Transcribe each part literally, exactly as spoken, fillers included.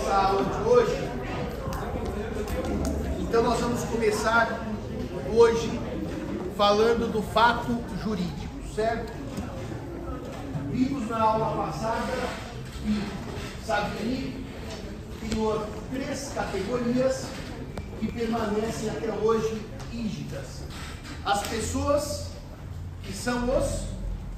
nossa aula de hoje. Então nós vamos começar hoje falando do fato jurídico, certo? Vimos na aula passada que Savigny criou três categorias que permanecem até hoje rígidas. As pessoas, que são os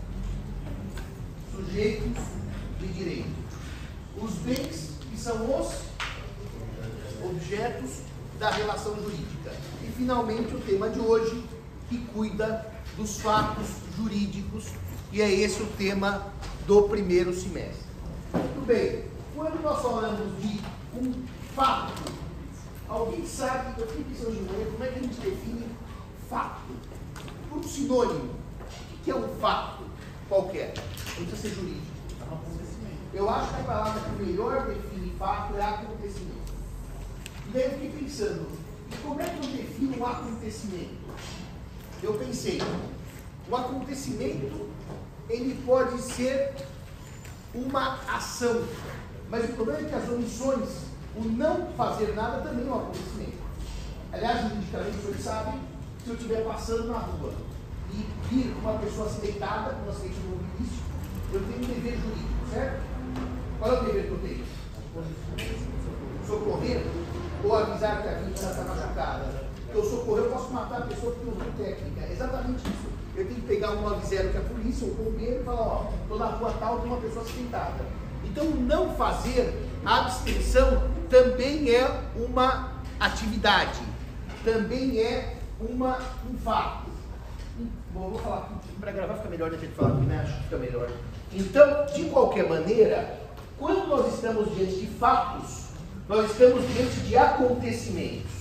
sujeitos de direito. Os bens, que são os objetos da relação jurídica. E, finalmente, o tema de hoje, que cuida dos fatos jurídicos, e é esse o tema do primeiro semestre. Muito bem, quando nós falamos de um fato, alguém sabe, eu fiquei pensando de novo, como é que a gente define fato? Por um sinônimo, o que é um fato qualquer? Não precisa ser jurídico. Eu acho que a palavra que melhor define fato é acontecimento. E daí eu fiquei pensando, e como é que eu defino um acontecimento? Eu pensei, o acontecimento, ele pode ser uma ação, mas o problema é que as omissões, o não fazer nada também é um acontecimento. Aliás, juridicamente, vocês sabem, se eu estiver passando na rua e vir uma pessoa acidentada, com um acidente automobilístico, eu tenho um dever jurídico, certo? Qual é o dever que eu tenho? Socorrer ou avisar que a vítima está machucada. Porque eu socorrer, eu posso matar a pessoa porque eu uso técnica. É exatamente isso. Eu tenho que pegar um nove zero que é a polícia, ou o bombeiro, e falar, ó, estou na rua tal, tem uma pessoa acidentada. Então, não fazer, a abstenção também é uma atividade, também é uma, um fato. Bom, vou falar para gravar, fica melhor, deixa eu falar aqui, né? Acho que fica melhor. Então, de qualquer maneira, quando nós estamos diante de fatos, nós estamos diante de acontecimentos.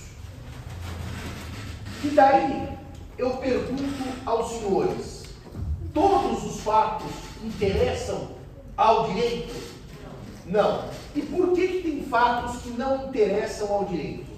E daí, eu pergunto aos senhores, todos os fatos interessam ao direito? Não. E por que que tem fatos que não interessam ao direito?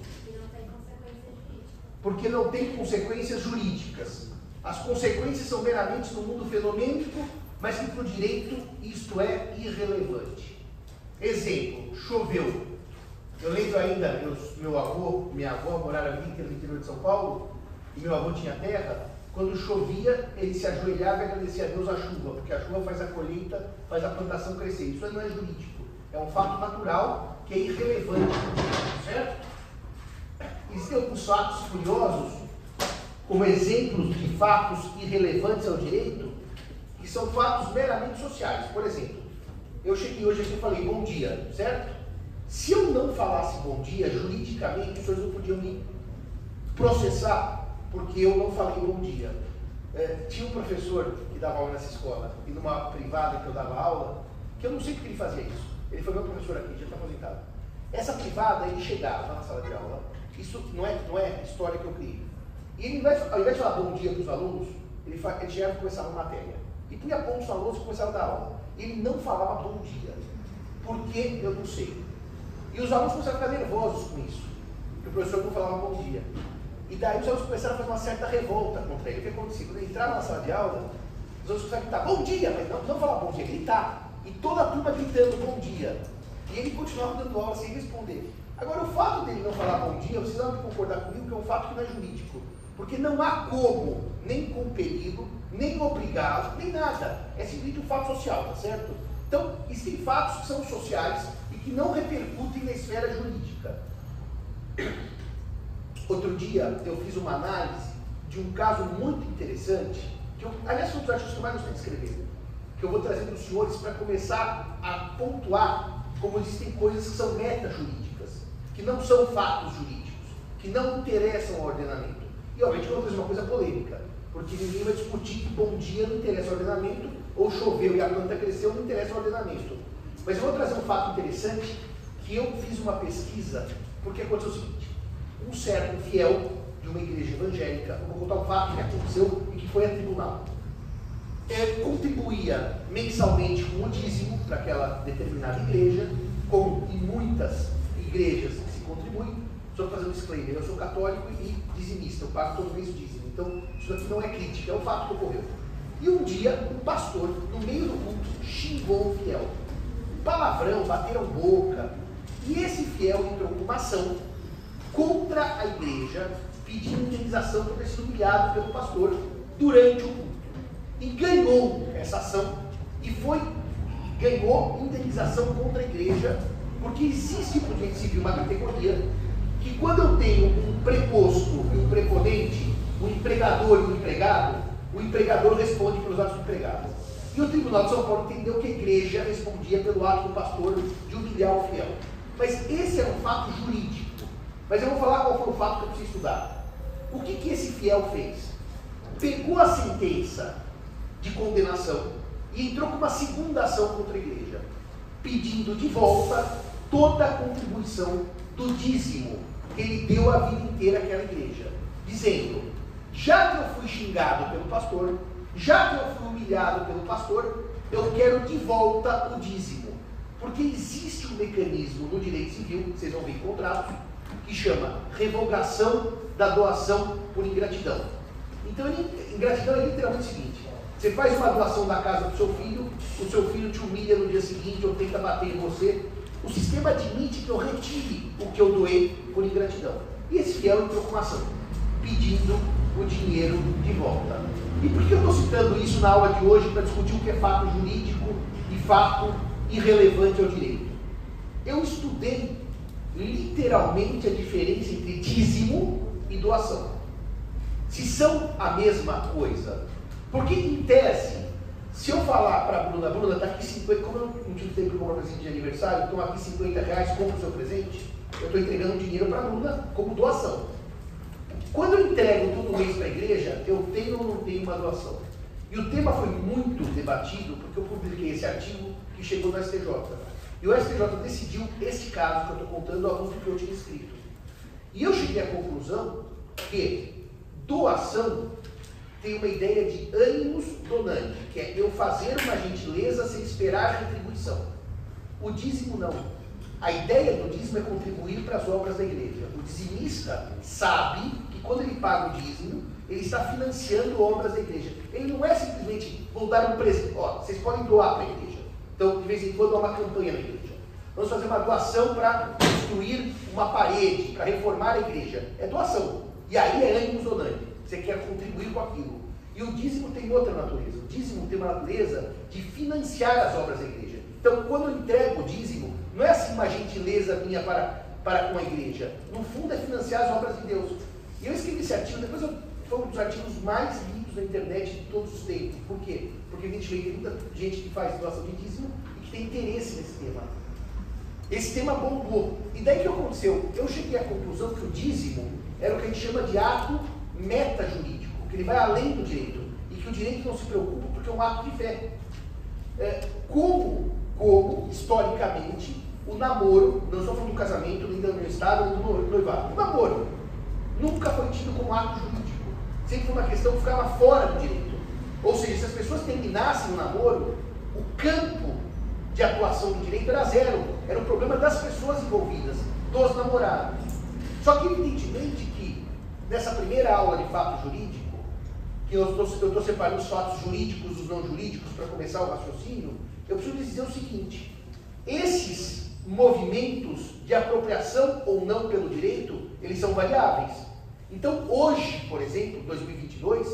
Porque não tem consequências jurídicas. As consequências são meramente no mundo fenomênico, mas que para o direito isto é irrelevante. Exemplo, choveu. Eu lembro ainda, meus, meu avô, minha avó moraram a vida inteira no interior de São Paulo, e meu avô tinha terra. Quando chovia, ele se ajoelhava e agradecia a Deus a chuva, porque a chuva faz a colheita, faz a plantação crescer. Isso não é jurídico, é um fato natural que é irrelevante, certo? Existem alguns fatos curiosos, como exemplos de fatos irrelevantes ao direito, que são fatos meramente sociais. Por exemplo, eu cheguei hoje aqui e falei bom dia, certo? Se eu não falasse bom dia, juridicamente, os senhores não podiam me processar, porque eu não falei bom dia. É, tinha um professor que dava aula nessa escola, e numa privada que eu dava aula, que eu não sei porque ele fazia isso. Ele foi meu professor aqui, já está aposentado. Essa privada, ele chegava na sala de aula, isso não é, não é história que eu criei. E ele, ao invés de falar bom dia para os alunos, ele, ele chegava e começava a matéria. E punha pontos nos alunos e começava a dar aula. Ele não falava bom dia. Por que? Eu não sei. E os alunos começaram a ficar nervosos com isso, porque o professor não falava bom dia. E daí os alunos começaram a fazer uma certa revolta contra ele. O que acontecia? Quando ele entrava na sala de aula, os alunos começaram a gritar bom dia, mas não, não falar bom dia, gritar. E toda a turma gritando bom dia. E ele continuava dando aula sem responder. Agora, o fato dele não falar bom dia, vocês vão concordar comigo que é um fato que não é jurídico. Porque não há como nem compeli-lo, nem obrigá-lo, nem nada. É simplesmente um fato social, tá certo? Então, existem fatos que são sociais e que não repercutem na esfera jurídica. Outro dia, eu fiz uma análise de um caso muito interessante, que eu, aliás, foi um dos artigos que eu mais gostei de escrever, que eu vou trazer para os senhores para começar a pontuar como existem coisas que são meta-jurídicas, que não são fatos jurídicos, que não interessam ao ordenamento. E, obviamente, eu vou fazer uma coisa polêmica, porque ninguém vai discutir que bom dia não interessa ao ordenamento, ou choveu e a planta cresceu não interessa ao ordenamento. Mas eu vou trazer um fato interessante, que eu fiz uma pesquisa, porque aconteceu o seguinte, um certo fiel de uma igreja evangélica, eu vou contar um fato que aconteceu e que foi a tribunal, é, contribuía mensalmente com o dízimo para aquela determinada igreja, como em muitas igrejas que se contribuem. Só fazendo um disclaimer, eu sou católico e dizimista, eu pago todo mês o dízimo, então isso aqui não é crítica, é um fato que ocorreu. E um dia, um pastor, no meio do culto, xingou um fiel. Palavrão, bateram boca, E esse fiel entrou com uma ação contra a igreja, pedindo indenização por ter sido humilhado pelo pastor durante o culto. E ganhou essa ação, e foi, ganhou indenização contra a igreja, porque existe no direito civil uma categoria que, quando eu tenho um preposto e um preponente, um empregador e um empregado, o empregador responde pelos atos do empregado. E o Tribunal de São Paulo entendeu que a igreja respondia pelo ato do pastor de humilhar o fiel. Mas esse é um fato jurídico. Mas eu vou falar qual foi o fato que eu preciso estudar. O que, que esse fiel fez? Pegou a sentença de condenação e entrou com uma segunda ação contra a igreja, pedindo de volta toda a contribuição do dízimo que ele deu a vida inteira àquela igreja, dizendo: já que eu fui xingado pelo pastor, já que eu fui humilhado pelo pastor, eu quero de volta o dízimo. Porque existe um mecanismo no direito civil, vocês vão ver em contrato, que chama revogação da doação por ingratidão. Então, ingratidão é literalmente o seguinte: você faz uma doação da casa do seu filho, o seu filho te humilha no dia seguinte ou tenta bater em você, o sistema admite que eu retire o que eu doei por ingratidão. E esse fiel entrou com uma ação, pedindo o dinheiro de volta. E por que eu estou citando isso na aula de hoje para discutir o que é fato jurídico e fato irrelevante ao direito? Eu estudei literalmente a diferença entre dízimo e doação. Se são a mesma coisa. Porque, em tese, se eu falar para a Bruna: Bruna, está aqui cinquenta, como eu não tive tempo de comprar presente de aniversário, então aqui cinquenta reais, compra o seu presente, eu estou entregando dinheiro para a Bruna como doação. Quando eu entrego todo mês para a igreja, eu tenho ou não tenho uma doação? E o tema foi muito debatido, porque eu publiquei esse artigo que chegou no S T J. E o S T J decidiu esse caso que eu estou contando à luz do que eu tinha escrito. E eu cheguei à conclusão que doação tem uma ideia de animus donandi, que é eu fazer uma gentileza sem esperar retribuição. O dízimo não. A ideia do dízimo é contribuir para as obras da igreja. O dizimista sabe que quando ele paga o dízimo, ele está financiando obras da igreja. Ele não é simplesmente: vou dar um presente. Ó, vocês podem doar para a igreja. Então, de vez em quando, há uma campanha na igreja. Vamos fazer uma doação para construir uma parede, para reformar a igreja. É doação. E aí é animus donandi. Você quer contribuir com aquilo. E o dízimo tem outra natureza. O dízimo tem uma natureza de financiar as obras da igreja. Então, quando eu entrego o dízimo, não é assim uma gentileza minha para, para com a igreja. No fundo, é financiar as obras de Deus. E eu escrevi esse artigo, depois eu, foi um dos artigos mais lidos na internet de todos os tempos. Por quê? Porque a gente vê que tem muita gente que faz doação de dízimo e que tem interesse nesse tema. Esse tema bombou. E daí o que aconteceu? Eu cheguei à conclusão que o dízimo era o que a gente chama de ato metajurídico, que ele vai além do direito, e que o direito não se preocupa porque é um ato de fé. É, como, como, historicamente, o namoro, não estou falando do casamento, nem do meu estado, nem do noivado, o namoro nunca foi tido como ato jurídico. Sempre foi uma questão que ficava fora do direito. Ou seja, se as pessoas terminassem o namoro, o campo de atuação do direito era zero. Era um problema das pessoas envolvidas, dos namorados. Só que, evidentemente, que nessa primeira aula de fato jurídico, que eu estou separando os fatos jurídicos dos não jurídicos para começar o raciocínio, eu preciso dizer o seguinte: esses movimentos de apropriação ou não pelo direito, eles são variáveis. Então, hoje, por exemplo, dois mil e vinte e dois,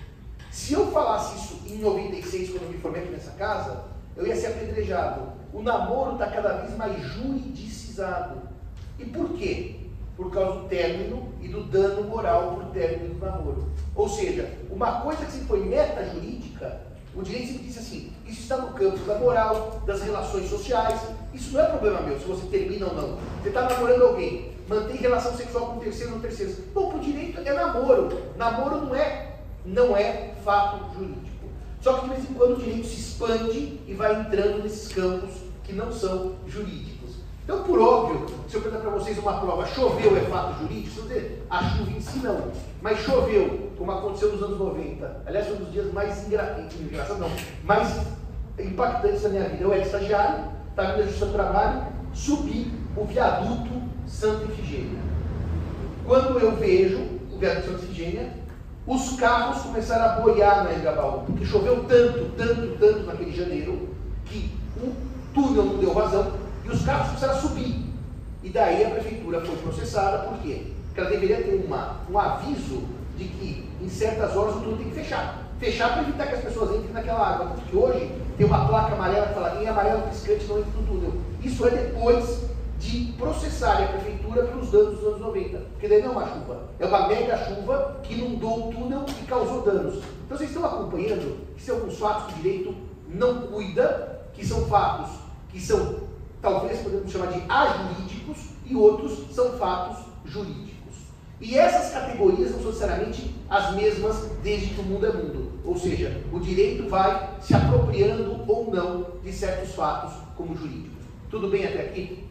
se eu falasse isso em noventa e seis, quando eu me formei aqui nessa casa, eu ia ser apedrejado. O namoro está cada vez mais juridicizado. E por quê? Por causa do término e do dano moral por término do namoro. Ou seja, uma coisa que sempre foi meta-jurídica, o direito sempre disse assim: isso está no campo da moral, das relações sociais, isso não é problema meu, se você termina ou não. Você está namorando alguém, mantém relação sexual com o terceiro ou terceiro. Bom, por direito é namoro. Namoro não é, não é fato jurídico. Só que de vez em quando o direito se expande e vai entrando nesses campos que não são jurídicos. Então, por óbvio, se eu perguntar para vocês uma prova: choveu é fato jurídico? Se eu dizer, a chuva em si não, mas choveu, como aconteceu nos anos noventa. Aliás, foi um dos dias mais engraçados, engra... não, mais impactantes da minha vida. Eu era estagiário, estava indo ajustando trabalho, subi o viaduto Santa Ifigênia. Quando eu vejo o viaduto Santa Ifigênia, os carros começaram a boiar na Engabaú, porque choveu tanto, tanto, tanto naquele janeiro, que o túnel não deu vazão, e os carros começaram a subir. E daí a prefeitura foi processada, por quê? Porque ela deveria ter uma, um aviso de que em certas horas o túnel tem que fechar. Fechar para evitar que as pessoas entrem naquela água. Porque hoje tem uma placa amarela que fala em amarelo piscante não entra no túnel. Isso é depois de processar a prefeitura pelos danos dos anos noventa. Porque daí não é uma chuva, é uma mega chuva que inundou o túnel e causou danos. Então vocês estão acompanhando que são alguns fatos que o direito não cuida, que são fatos que são, talvez podemos chamar de ajurídicos, e outros são fatos jurídicos. E essas categorias não são necessariamente as mesmas desde que o mundo é mundo. Ou seja, o direito vai se apropriando ou não de certos fatos como jurídicos. Tudo bem até aqui?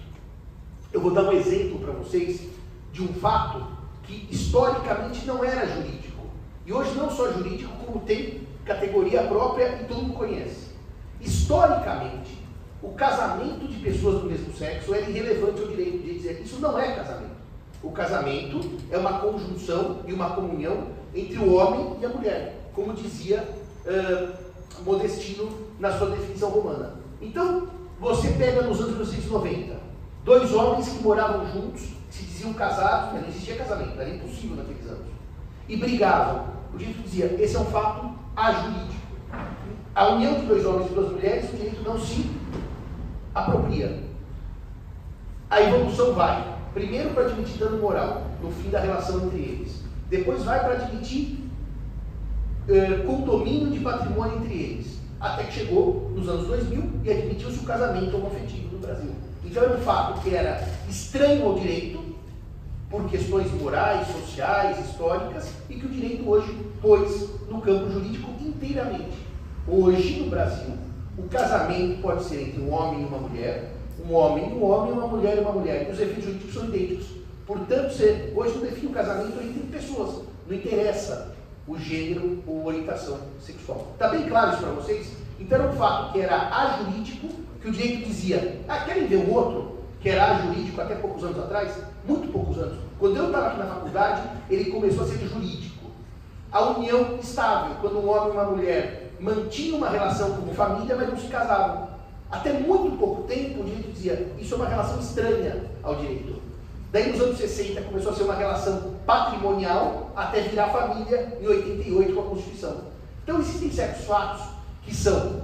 Eu vou dar um exemplo para vocês de um fato que historicamente não era jurídico. E hoje não só jurídico, como tem categoria própria e todo mundo conhece. Historicamente, o casamento de pessoas do mesmo sexo era irrelevante ao direito de dizer que isso não é casamento. O casamento é uma conjunção e uma comunhão entre o homem e a mulher, como dizia uh, Modestino na sua definição romana. Então, você pega nos anos mil novecentos e noventa, dois homens que moravam juntos, se diziam casados, mas não existia casamento, era impossível naqueles anos, e brigavam. O direito dizia, esse é um fato ajurídico. A união de dois homens e duas mulheres, o direito não se apropria. A evolução vai, primeiro para admitir dano moral, no fim da relação entre eles. Depois vai para admitir uh, condomínio de patrimônio entre eles. Até que chegou nos anos dois mil e admitiu-se o casamento homoafetivo no Brasil. Então era um fato que era estranho ao direito, por questões morais, sociais, históricas, e que o direito hoje pôs no campo jurídico inteiramente. Hoje, no Brasil, o casamento pode ser entre um homem e uma mulher, um homem e um homem, uma mulher e uma mulher. E os efeitos jurídicos são idênticos. Portanto, você hoje não define o casamento entre pessoas. Não interessa o gênero ou orientação sexual. Está bem claro isso para vocês? Então era um fato que era ajurídico, que o direito dizia, ah, querem ver um outro? Que era ajurídico até poucos anos atrás? Muito poucos anos. Quando eu estava aqui na faculdade, ele começou a ser jurídico. A união estável, quando um homem e uma mulher mantinham uma relação como família, mas não se casavam. Até muito pouco tempo o direito dizia, isso é uma relação estranha ao direito. Daí nos anos sessenta começou a ser uma relação patrimonial, até virar família em oitenta e oito com a Constituição. Então existem certos fatos que são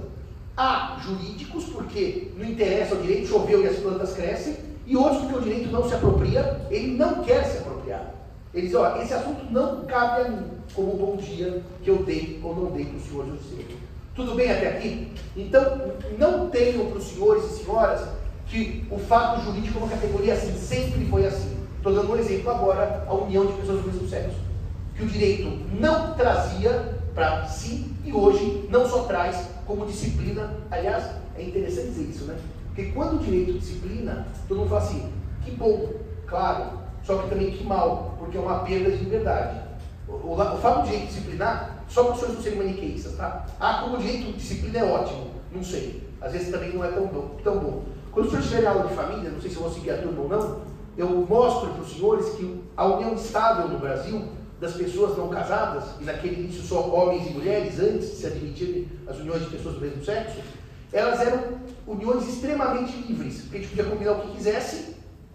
A, jurídicos, porque não interessa ao direito, choveu e as plantas crescem, e outros porque o direito não se apropria, ele não quer se apropriar. Ele diz, ó, esse assunto não cabe a mim, como o bom dia que eu dei ou não dei para o senhor José. Tudo bem até aqui? Então, não tenham para os senhores e senhoras que o fato jurídico é uma categoria assim, sempre foi assim. Estou dando um exemplo agora, a união de pessoas do mesmo sexo. Que o direito não trazia para si e hoje não só traz como disciplina. Aliás, é interessante dizer isso, né? Porque quando o direito disciplina, todo mundo fala assim, que bom, claro, só que também que mal, porque é uma perda de liberdade. O, o, o fato do direito disciplinar, só para os senhores não serem maniqueístas, tá? Ah, como o direito de disciplina é ótimo, não sei. Às vezes também não é tão bom. Tão bom. Quando os senhores tiverem aula de família, não sei se eu vou seguir a turma ou não, eu mostro para os senhores que a união estável no Brasil das pessoas não casadas, e naquele início só homens e mulheres, antes de se admitirem as uniões de pessoas do mesmo sexo, elas eram uniões extremamente livres, porque a gente podia combinar o que quisesse,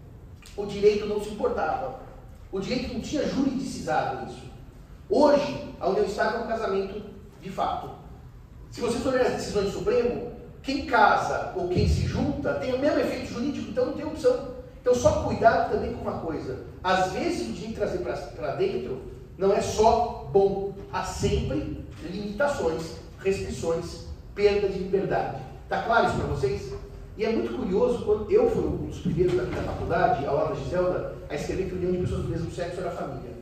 o direito não se importava. O direito não tinha juridicizado isso. Hoje, a união estável é um casamento de fato. Se vocês olharem as decisões do Supremo, quem casa ou quem se junta tem o mesmo efeito jurídico, então não tem opção. Então só cuidado também com uma coisa. Às vezes o direito trazer para dentro não é só bom. Há sempre limitações, restrições, perda de liberdade. Está claro isso para vocês? E é muito curioso, quando eu fui um dos primeiros aqui da faculdade, ao lado da Giselda, a escrever que a união de pessoas do mesmo sexo era família.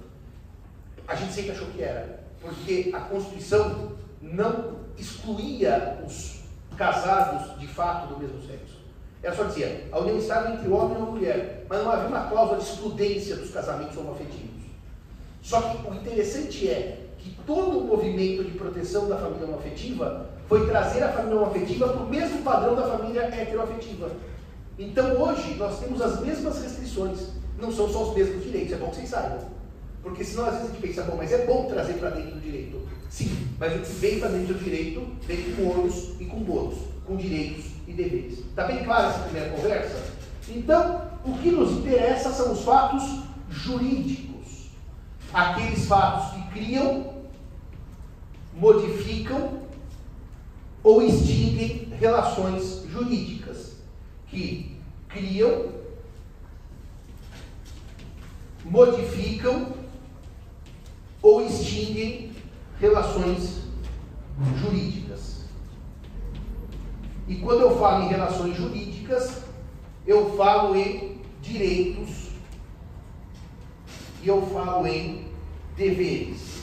A gente sempre achou que era, porque a Constituição não excluía os casados de fato do mesmo sexo. Ela só dizia, a união estável entre o homem e a mulher, mas não havia uma cláusula de excludência dos casamentos homoafetivos. Só que o interessante é que todo o movimento de proteção da família homoafetiva foi trazer a família homoafetiva para o mesmo padrão da família heteroafetiva. Então hoje nós temos as mesmas restrições, não são só os mesmos direitos, é bom que vocês saibam. Porque senão às vezes a gente pensa, bom, mas é bom trazer para dentro do direito. Sim, mas o que vem para dentro do direito vem com ônus e com bônus, com direitos e deveres. Está bem clara essa primeira conversa? Então, o que nos interessa são os fatos jurídicos. Aqueles fatos que criam, modificam ou extinguem relações jurídicas. Que criam, modificam ou extinguem relações jurídicas. E quando eu falo em relações jurídicas, eu falo em direitos e eu falo em deveres.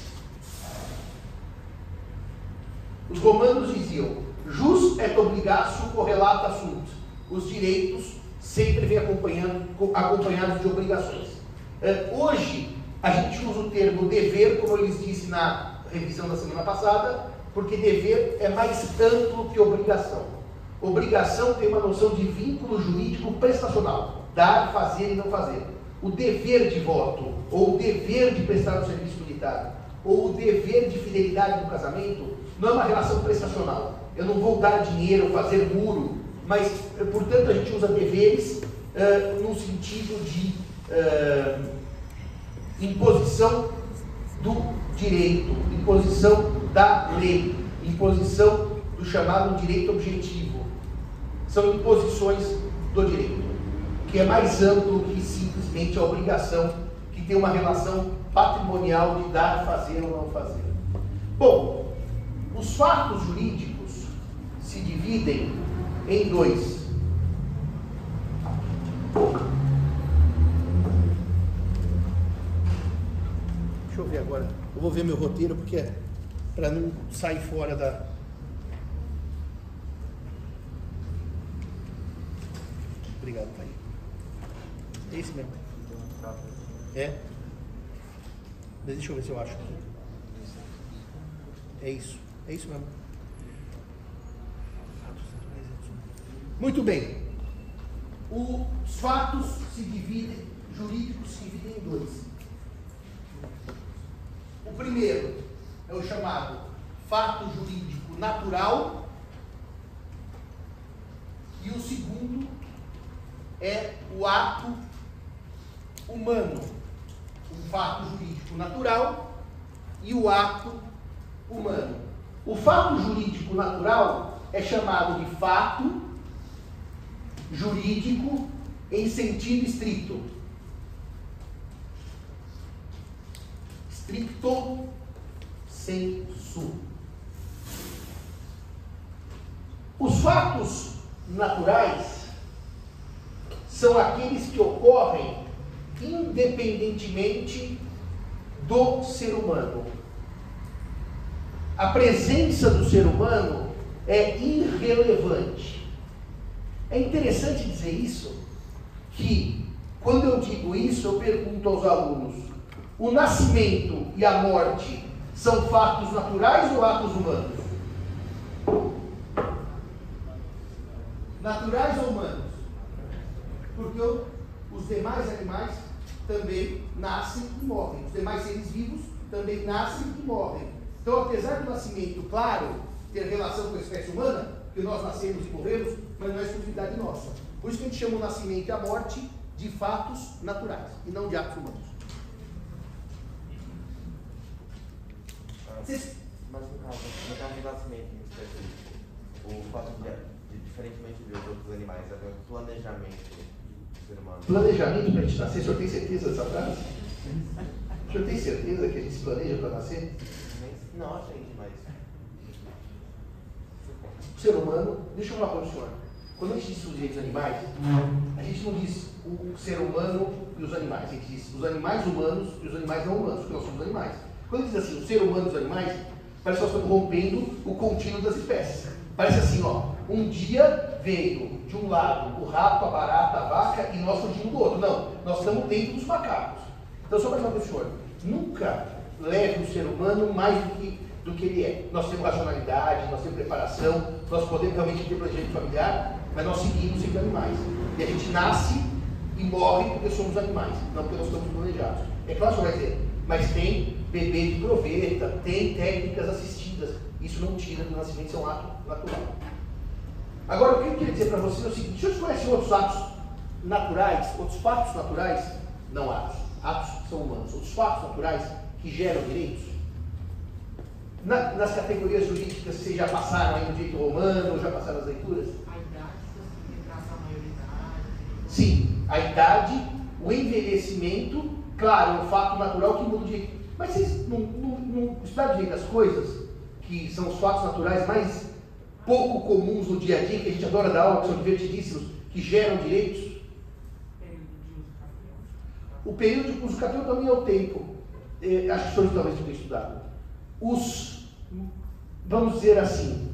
Os romanos diziam: jus et obligatio correlata sunt. Os direitos sempre vêm acompanhando, acompanhados de obrigações. Hoje, a gente usa o termo dever, como eu lhes disse na revisão da semana passada, porque dever é mais amplo que obrigação. Obrigação tem uma noção de vínculo jurídico prestacional, dar, fazer e não fazer. O dever de voto, ou o dever de prestar um serviço militar, ou o dever de fidelidade no casamento, não é uma relação prestacional. Eu não vou dar dinheiro, fazer muro, mas, portanto, a gente usa deveres uh, no sentido de uh, imposição do direito, imposição da lei, imposição do chamado direito objetivo. São imposições do direito, que é mais amplo que simplesmente a obrigação, que tem uma relação patrimonial de dar, fazer ou não fazer. Bom, os fatos jurídicos se dividem em dois. Deixa eu ver agora. Eu vou ver meu roteiro porque é para não sair fora da... Obrigado, pai. É esse mesmo. É? Mas deixa eu ver se eu acho. É isso. É isso mesmo. Muito bem. Os fatos se dividem, jurídicos se dividem em dois. O primeiro é o chamado fato jurídico natural e o segundo é o ato humano. O fato jurídico natural e o ato humano. O fato jurídico natural é chamado de fato jurídico em sentido estrito. Stricto sensu. Os fatos naturais são aqueles que ocorrem independentemente do ser humano. A presença do ser humano é irrelevante. É interessante dizer isso, que quando eu digo isso, eu pergunto aos alunos: o nascimento e a morte são fatos naturais ou atos humanos? Naturais ou humanos? Porque os demais animais também nascem e morrem. Os demais seres vivos também nascem e morrem. Então, apesar do nascimento, claro, ter relação com a espécie humana, que nós nascemos e morremos, mas não é exclusividade nossa. Por isso que a gente chama o nascimento e a morte de fatos naturais, e não de atos humanos. Mas no caso, no caso do nascimento em específico, o fato de, de diferentemente dos outros animais, haver um planejamento do ser humano. Planejamento para a gente nascer? O senhor tem certeza dessa frase? O senhor tem certeza que a gente se planeja para nascer? Não, gente, mas... O ser humano, deixa eu falar para o senhor, quando a gente diz os direitos animais, a gente não diz o ser humano e os animais, a gente diz os animais humanos e os animais não humanos, porque nós somos animais. Quando diz assim, o ser humano e os animais, parece que nós estamos rompendo o contínuo das espécies. Parece assim, ó, um dia veio de um lado o rato, a barata, a vaca e nós surgimos do outro. Não, nós estamos dentro dos macacos. Então, só para falar para o senhor, nunca leve o ser humano mais do que, do que ele é. Nós temos racionalidade, nós temos preparação, nós podemos realmente ter planejamento familiar, mas nós seguimos sendo animais. E a gente nasce e morre porque somos animais, não porque nós estamos planejados. É claro que você vai dizer, mas tem bebê de proveta, tem técnicas assistidas. Isso não tira do nascimento, isso é um ato natural. Agora, o que eu queria dizer para vocês é o seguinte: vocês conhecem outros atos naturais, outros fatos naturais, não atos, atos são humanos, outros fatos naturais que geram direitos, na, nas categorias jurídicas que vocês já passaram aí no direito romano, ou já passaram as leituras? A idade, se você traça a maioridade. Sim, a idade, o envelhecimento, claro, é um fato natural que muda o direito. Mas vocês não, não, não estudaram direito as coisas, que são os fatos naturais mais pouco comuns no dia a dia, que a gente adora dar aula, que são divertidíssimos, que geram direitos? O período de uso capião também é o tempo. É, acho que os senhores talvez tenham estudado. Os, vamos dizer assim,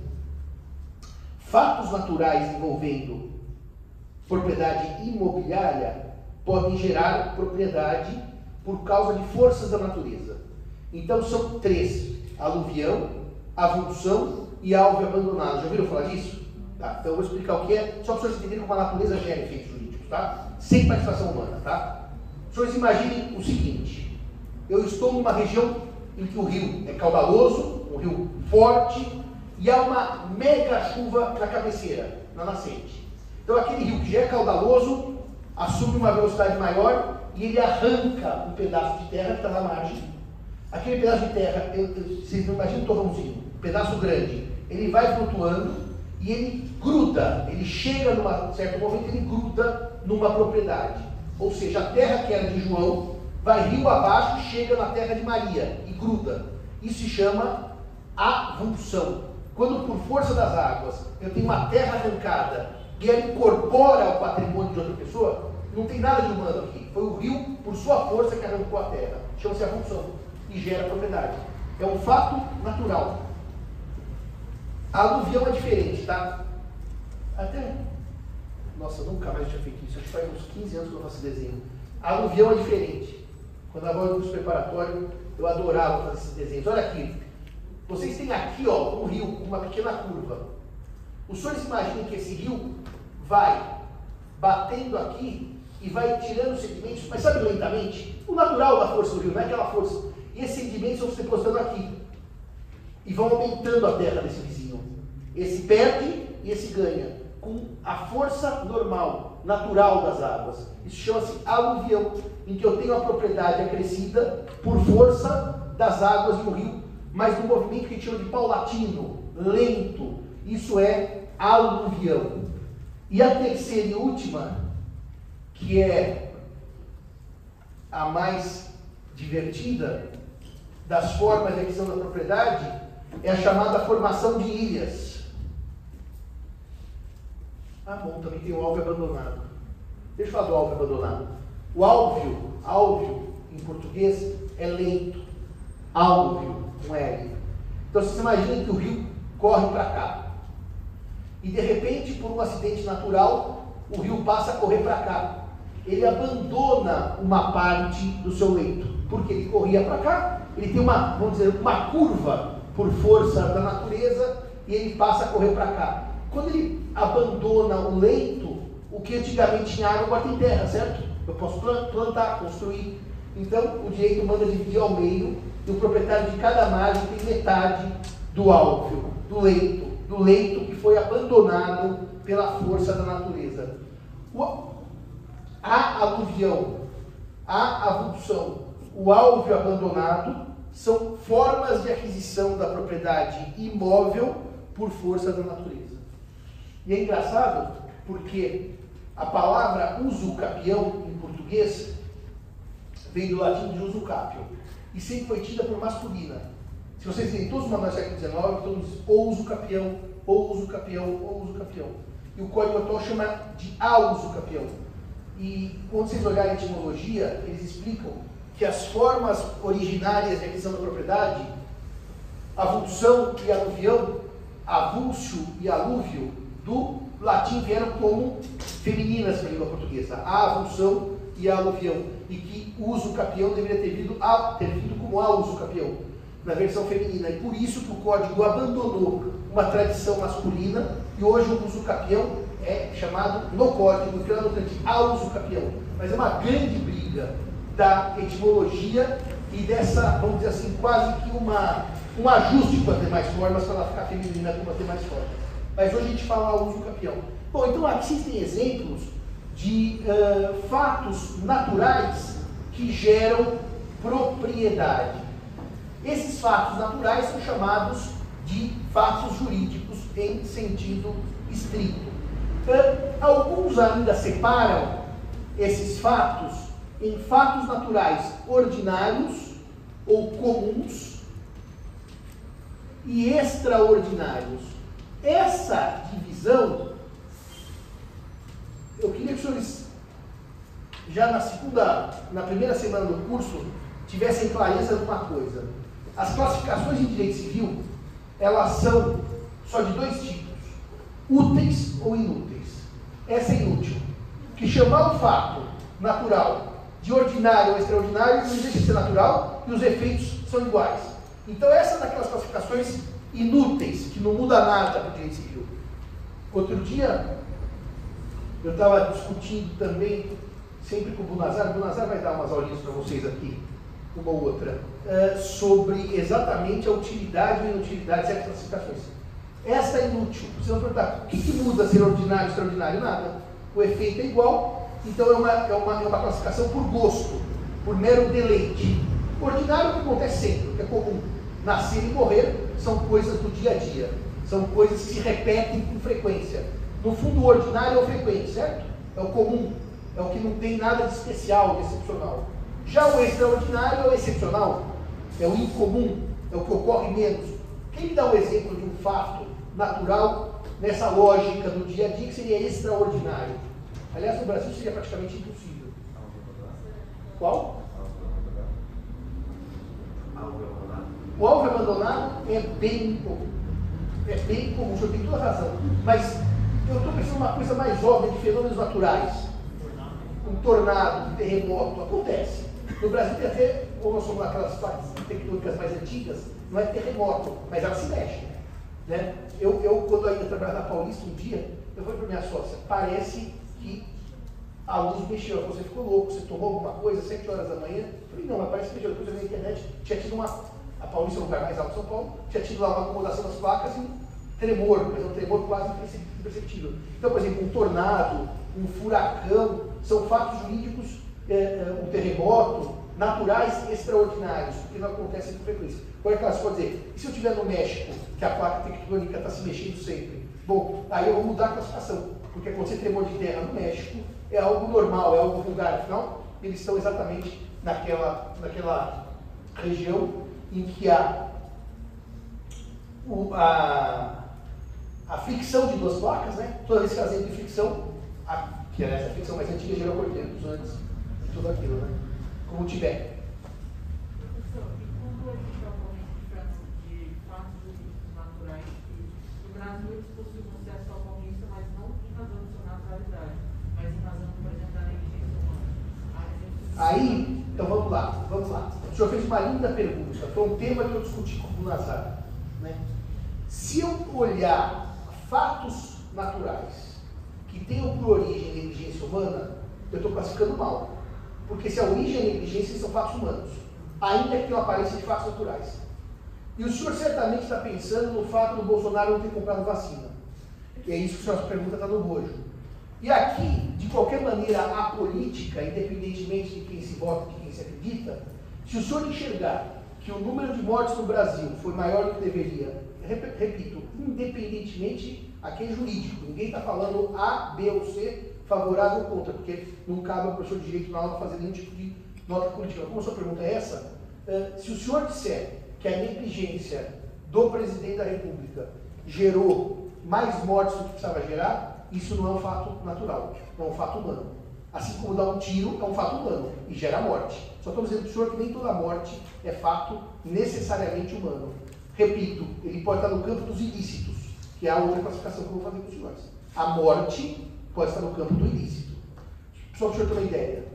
fatos naturais envolvendo propriedade imobiliária podem gerar propriedade por causa de forças da natureza. Então são três: aluvião, avulsão e alve abandonado. Já ouviram falar disso? Tá, então eu vou explicar o que é, só para vocês entenderem como a natureza gera efeitos jurídicos, tá? Sem participação humana, tá? Os senhores imaginem o seguinte: eu estou numa região em que o rio é caudaloso, um rio forte, e há uma mega chuva na cabeceira, na nascente. Então aquele rio que já é caudaloso assume uma velocidade maior e ele arranca um pedaço de terra que está na margem. Aquele pedaço de terra, eu, eu, vocês não imaginam um torrãozinho, um pedaço grande, ele vai flutuando e ele gruda, ele chega num certo momento, ele gruda numa propriedade. Ou seja, a terra que era de João vai rio abaixo e chega na terra de Maria e gruda. Isso se chama avulsão. Quando por força das águas eu tenho uma terra arrancada e ela incorpora ao patrimônio de outra pessoa, não tem nada de humano aqui. Foi o rio, por sua força, que arrancou a terra. Chama-se avulsão e gera propriedade. É um fato natural. A aluvião é diferente, tá? Até... Nossa, nunca mais tinha feito isso. Acho que faz uns quinze anos que eu faço esse desenho. A aluvião é diferente. Quando eu estava no curso preparatório, eu adorava fazer esses desenhos. Olha aqui. Vocês têm aqui, ó, um rio com uma pequena curva. Os senhores imaginem que esse rio vai batendo aqui e vai tirando sedimentos, mas sabe lentamente? O natural da força do rio, não é aquela força. E esses sedimentos vão se depositando aqui. E vão aumentando a terra desse vizinho. Esse perde e esse ganha. Com a força normal, natural das águas. Isso chama-se aluvião, em que eu tenho a propriedade acrescida por força das águas de um rio, mas no movimento que a gente chama de paulatino, lento. Isso é aluvião. E a terceira e última, que é a mais divertida das formas de aquisição da propriedade, é a chamada formação de ilhas. Ah, bom, também tem o álveo abandonado. Deixa eu falar do álveo abandonado. O álveo, álveo em português, é leito. Álveo, com L. Então vocês imaginem que o rio corre para cá. E de repente, por um acidente natural, o rio passa a correr para cá. Ele abandona uma parte do seu leito. Porque ele corria para cá, ele tem uma, vamos dizer, uma curva por força da natureza e ele passa a correr para cá. Quando ele abandona o leito, o que antigamente tinha água agora tem terra, certo? Eu posso plantar, construir. Então, o direito manda dividir ao meio e o proprietário de cada margem tem metade do álveo, do leito, do leito que foi abandonado pela força da natureza. O, a aluvião, a avulsão, o álveo abandonado são formas de aquisição da propriedade imóvel por força da natureza. E é engraçado porque a palavra usucapião em português vem do latim de usucapio e sempre foi tida por masculina. Se vocês verem todos os manuais do século dezenove, todos dizem ou usucapião, ou usucapião, ou usucapião. E o Código Atual chama de a usucapião. E quando vocês olharem a etimologia, eles explicam que as formas originárias de aquisição da propriedade, avulsão e aluvião, avulsio e alúvio, do latim vieram como femininas para a língua portuguesa, a avulsão e a aluvião, e que o usucapião deveria ter vindo, a, ter vindo como a usucapião, na versão feminina, e por isso que o código abandonou uma tradição masculina, e hoje o usucapião é chamado no código, no plano de a usucapião, mas é uma grande briga da etimologia e dessa, vamos dizer assim, quase que uma, um ajuste com as demais formas para ela ficar feminina com as demais formas. Mas hoje a gente fala usucapião. Bom, então aqui vocês têm exemplos de uh, fatos naturais que geram propriedade. Esses fatos naturais são chamados de fatos jurídicos em sentido estrito. Uh, alguns ainda separam esses fatos em fatos naturais ordinários ou comuns e extraordinários. Essa divisão, eu queria que os senhores, já na segunda, na primeira semana do curso, tivessem clareza de uma coisa. As classificações em direito civil, elas são só de dois tipos, úteis ou inúteis. Essa é inútil, que chamar o fato natural de ordinário ou extraordinário não deixa de ser natural e os efeitos são iguais. Então essa é daquelas classificações inúteis, que não muda nada para o direito civil. Outro dia, eu estava discutindo também, sempre com o Bunazar, o Bunazar vai dar umas aulinhas para vocês aqui, uma ou outra, uh, sobre exatamente a utilidade e inutilidade dessas classificações. Esta é inútil. Vocês vão perguntar, o que, que muda ser ordinário e extraordinário? Nada. O efeito é igual, então é uma, é uma, é uma classificação por gosto, por mero deleite. Ordinário é o que acontece sempre, que é comum. Nascer e morrer são coisas do dia a dia, são coisas que se repetem com frequência. No fundo, o ordinário é o frequente, certo? É o comum, é o que não tem nada de especial, de excepcional. Já o extraordinário é o excepcional, é o incomum, é o que ocorre menos. Quem me dá um exemplo de um fato natural nessa lógica do dia a dia que seria extraordinário? Aliás, no Brasil seria praticamente impossível. Qual? O alvo abandonado é bem comum. É bem comum, o senhor tem toda a razão. Mas eu estou pensando uma coisa mais óbvia de fenômenos naturais. Um tornado, um terremoto, acontece. No Brasil tem até, como nós somos naquelas partes tectônicas mais antigas, não é terremoto, mas ela se mexe. Né? Eu, eu, quando ainda trabalhava na Paulista, um dia, eu falei para minha sócia, parece que a luz mexeu. Você ficou louco, você tomou alguma coisa, sete horas da manhã? Eu falei, não, mas parece que mexeu. Depois eu vi na internet, tinha tido uma... A Paulista é o lugar mais alto de São Paulo, tinha tido lá uma acomodação das placas e um tremor, mas um tremor quase imperceptível. Então, por exemplo, um tornado, um furacão, são fatos jurídicos, é, é, um terremoto, naturais extraordinários, que não acontecem com frequência. Agora, claro, você pode dizer, e se eu estiver no México, que a placa tectônica está se mexendo sempre? Bom, aí eu vou mudar a classificação, porque acontecer tremor de terra no México é algo normal, é algo vulgar, afinal, eles estão exatamente naquela, naquela região em que há o, a, a fricção de duas placas, né? Toda vez que elas entram em fricção, a, que era essa fricção mais antiga, gerou cortentos antes de tudo aquilo, né? Como tiver. Professor, e quando a gente está falando de fatos jurídicos naturais, que no Brasil eles possuem acesso à conquista, mas não em razão de sua naturalidade, mas em razão, por exemplo, da negligência humana. Aí, então vamos lá, vamos lá. O senhor fez uma linda pergunta, foi um tema que eu discuti com o Bunazar. Né? Se eu olhar fatos naturais que tenham por origem a negligência humana, eu estou classificando mal. Porque se a origem é negligência, são fatos humanos, ainda que tenham aparência de fatos naturais. E o senhor certamente está pensando no fato do Bolsonaro não ter comprado vacina. E é isso que a sua pergunta está no bojo. E aqui, de qualquer maneira apolítica, independentemente de quem se vota, de quem se acredita, se o senhor enxergar que o número de mortes no Brasil foi maior do que deveria, repito, independentemente a quem é jurídico, ninguém está falando A, B ou C, favorável ou contra, porque não cabe ao professor de direito na aula fazer nenhum tipo de nota política. Como a sua pergunta é essa, se o senhor disser que a negligência do presidente da República gerou mais mortes do que precisava gerar, isso não é um fato natural, é um fato humano. Assim como dar um tiro é um fato humano e gera morte. Só estou dizendo para o senhor que nem toda morte é fato necessariamente humano. Repito, ele pode estar no campo dos ilícitos, que é a outra classificação que eu vou fazer com os senhores. A morte pode estar no campo do ilícito. Só para o senhor ter uma ideia.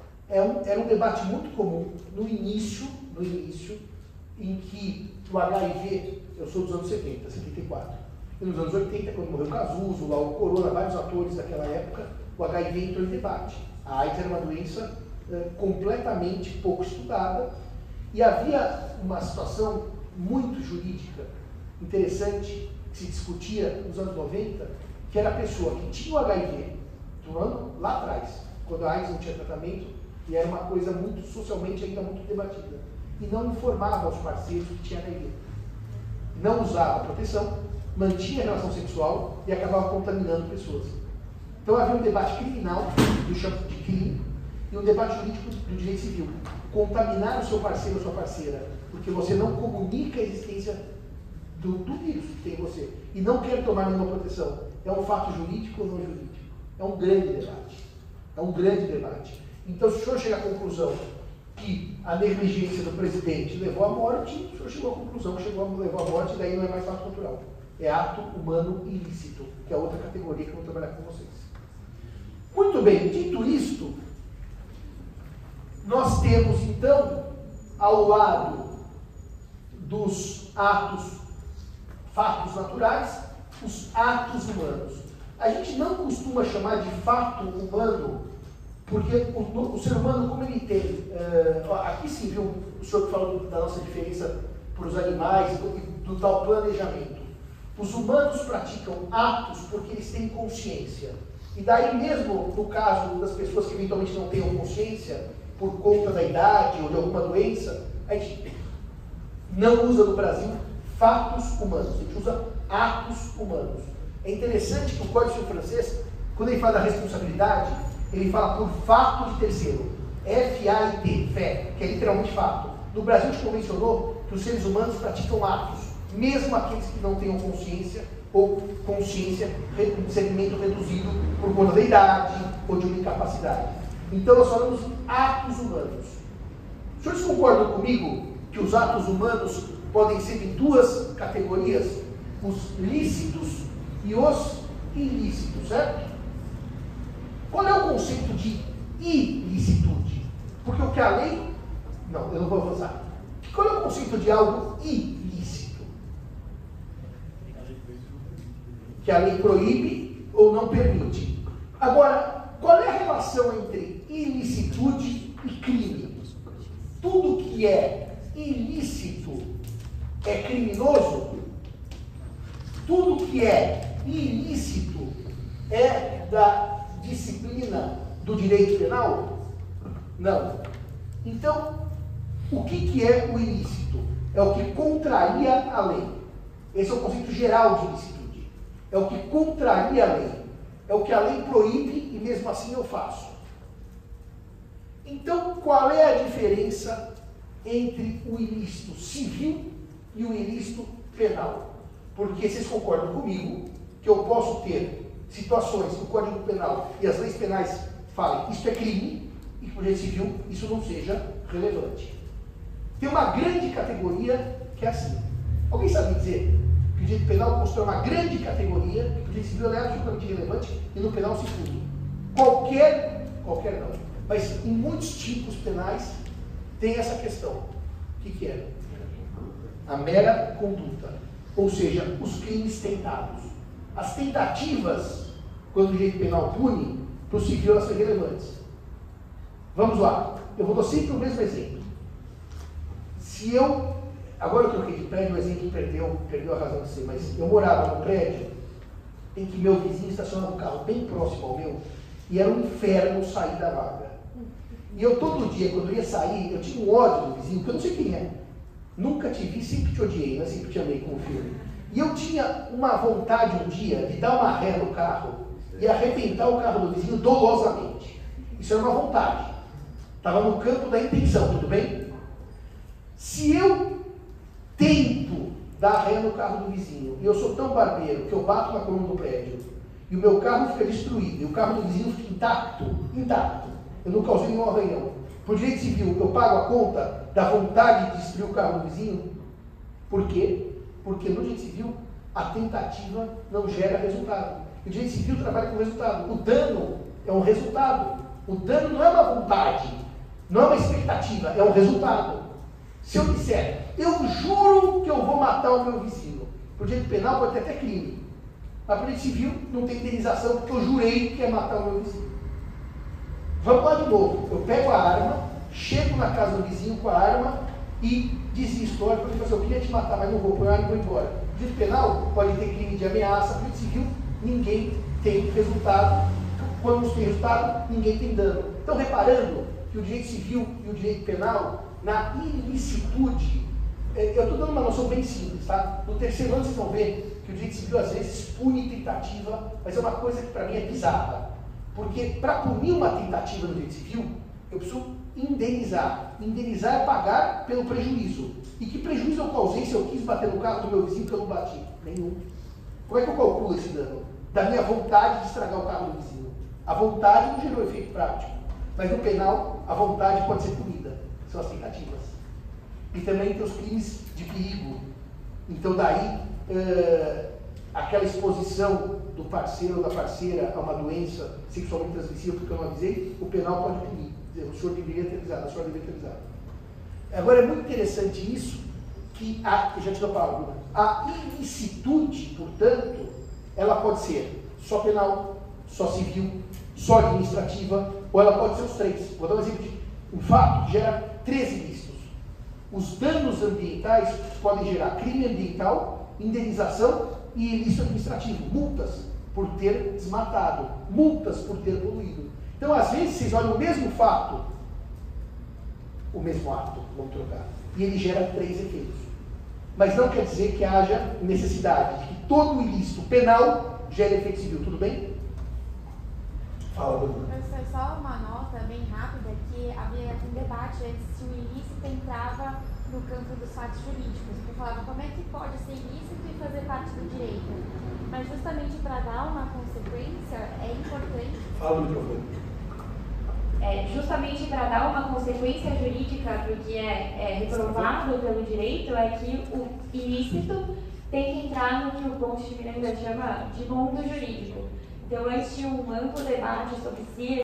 É um, era um debate muito comum no início, no início, em que o H I V, eu sou dos anos setenta, setenta e quatro, e nos anos oitenta, quando morreu o Cazuzo, lá o Corona, vários atores daquela época, o H I V entrou em debate. A AIDS era uma doença eh, completamente pouco estudada e havia uma situação muito jurídica, interessante, que se discutia nos anos noventa, que era a pessoa que tinha o H I V, Estou falando lá atrás, quando a AIDS não tinha tratamento e era uma coisa muito socialmente ainda muito debatida. E não informava os parceiros que tinha H I V. Não usava proteção, mantinha a relação sexual e acabava contaminando pessoas. Então havia um debate criminal do chamado de crime e um debate jurídico do direito civil. Contaminar o seu parceiro ou sua parceira, porque você não comunica a existência do, do vírus que tem em você e não quer tomar nenhuma proteção. É um fato jurídico ou não jurídico? É um grande debate. É um grande debate. Então, se o senhor chegar à conclusão que a negligência do presidente levou à morte, o senhor chegou à conclusão que chegou a levou à morte, daí não é mais fato natural. É ato humano ilícito, que é outra categoria que eu vou trabalhar com vocês. Muito bem, dito isto, nós temos então, ao lado dos atos, fatos naturais, os atos humanos. A gente não costuma chamar de fato humano, porque o, o ser humano, como ele tem, uh, aqui sim, viu, o senhor falando da nossa diferença para os animais, do, do tal planejamento. Os humanos praticam atos porque eles têm consciência. E daí mesmo, no caso das pessoas que eventualmente não tenham consciência, por conta da idade ou de alguma doença, a gente não usa no Brasil fatos humanos, a gente usa atos humanos. É interessante que o Código Civil francês, quando ele fala da responsabilidade, ele fala por fato de terceiro, F A I T, fé, que é literalmente fato. No Brasil a gente convencionou que os seres humanos praticam atos, mesmo aqueles que não tenham consciência ou consciência com discernimento reduzido por conta da idade ou de uma incapacidade. Então nós falamos atos humanos. Os senhores concordam comigo que os atos humanos podem ser de duas categorias? Os lícitos e os ilícitos, certo? Qual é o conceito de ilicitude? Porque o que a lei... Não, eu não vou avançar. Qual é o conceito de algo ilícito? Que a lei proíbe ou não permite. Agora, qual é a relação entre ilicitude e crime? Tudo que é ilícito é criminoso? Tudo que é ilícito é da disciplina do direito penal? Não. Então, o que, que é o ilícito? É o que contraria a lei. Esse é o conceito geral de ilicitude. É o que contraria a lei. É o que a lei proíbe e mesmo assim eu faço. Então, qual é a diferença entre o ilícito civil e o ilícito penal? Porque vocês concordam comigo que eu posso ter situações no Código Penal e as leis penais falem isso é crime e que no direito civil isso não seja relevante. Tem uma grande categoria que é assim. Alguém sabe dizer que o direito penal constrói uma grande categoria que o direito civil é absolutamente relevante e no penal se funde? Qualquer, qualquer não, mas em muitos tipos penais tem essa questão. O que, que é? A mera conduta. Ou seja, os crimes tentados. As tentativas, quando o direito penal pune, para o civil elas são relevantes. Vamos lá. Eu vou dar sempre o mesmo exemplo. Se eu... Agora eu troquei de prédio, o exemplo perdeu, perdeu a razão de ser, mas eu morava no prédio em que meu vizinho estacionava um carro bem próximo ao meu e era um inferno sair da vaga. E eu todo dia, quando eu ia sair, eu tinha um ódio do vizinho, que eu não sei quem é. Nunca te vi, sempre te odiei, mas sempre te amei como filho. E eu tinha uma vontade um dia de dar uma ré no carro e arrebentar o carro do vizinho dolosamente. Isso era uma vontade. Estava no campo da intenção, tudo bem? Se eu tento dar ré no carro do vizinho e eu sou tão barbeiro que eu bato na coluna do prédio e o meu carro fica destruído e o carro do vizinho fica intacto, intacto, eu não causei nenhum arranhão. Por direito civil, eu pago a conta da vontade de destruir o carro do vizinho? Por quê? Porque no direito civil, a tentativa não gera resultado. O direito civil trabalha com resultado. O dano é um resultado. O dano não é uma vontade, não é uma expectativa, é um resultado. Se eu disser, eu juro que eu vou matar o meu vizinho, por direito penal pode ter até crime. Mas por direito civil não tem indenização porque eu jurei que ia matar o meu vizinho. Vamos lá de novo. Eu pego a arma, chego na casa do vizinho com a arma e desisto. Olha, porque eu queria te matar, mas não vou pôr a arma e vou embora. No direito penal pode ter crime de ameaça, no direito civil ninguém tem resultado. quando não tem resultado, ninguém tem dano. Então, reparando que o direito civil e o direito penal, na ilicitude, eu estou dando uma noção bem simples, tá? No terceiro ano vocês vão ver que o direito civil às vezes pune tentativa, mas é uma coisa que para mim é bizarra. Porque para punir uma tentativa no direito civil, eu preciso indenizar. Indenizar é pagar pelo prejuízo. E que prejuízo eu causei se eu quis bater no carro do meu vizinho que eu não bati? Nenhum. Como é que eu calculo esse dano? Da minha vontade de estragar o carro do vizinho. A vontade não gerou efeito prático. Mas no penal, a vontade pode ser punida. São as tentativas. E também tem os crimes de perigo. Então daí, uh, aquela exposição do parceiro ou da parceira a uma doença sexualmente transmissível, porque eu não avisei, o penal pode punir. Dizer, o senhor deveria ter avisado, a senhora deveria ter avisado. Agora é muito interessante isso, que a, eu já te dou a palavra, a ilicitude, portanto, ela pode ser só penal, só civil, só administrativa, ou ela pode ser os três. Vou dar um exemplo de um fato que gera três ilícitos. Os danos ambientais podem gerar crime ambiental, indenização e ilícito administrativo, multas por ter desmatado, multas por ter poluído. Então, às vezes, vocês olham o mesmo fato, o mesmo ato, vamos trocar, e ele gera três efeitos. Mas não quer dizer que haja necessidade de que todo ilícito penal gere efeito civil, tudo bem? Fala, Bruno. Professor, só uma nota bem rápida, que havia um debate antes se o ilícito entrava no campo dos fatos jurídicos, porque falava como é que pode ser ilícito e fazer parte do direito. Mas justamente para dar uma consequência, é importante... Fala no microfone. É, justamente para dar uma consequência jurídica para o que é, é reprovado pelo direito, é que o ilícito tem que entrar no que o Ponte de Miranda chama de mundo jurídico. Então, antes de um amplo debate sobre se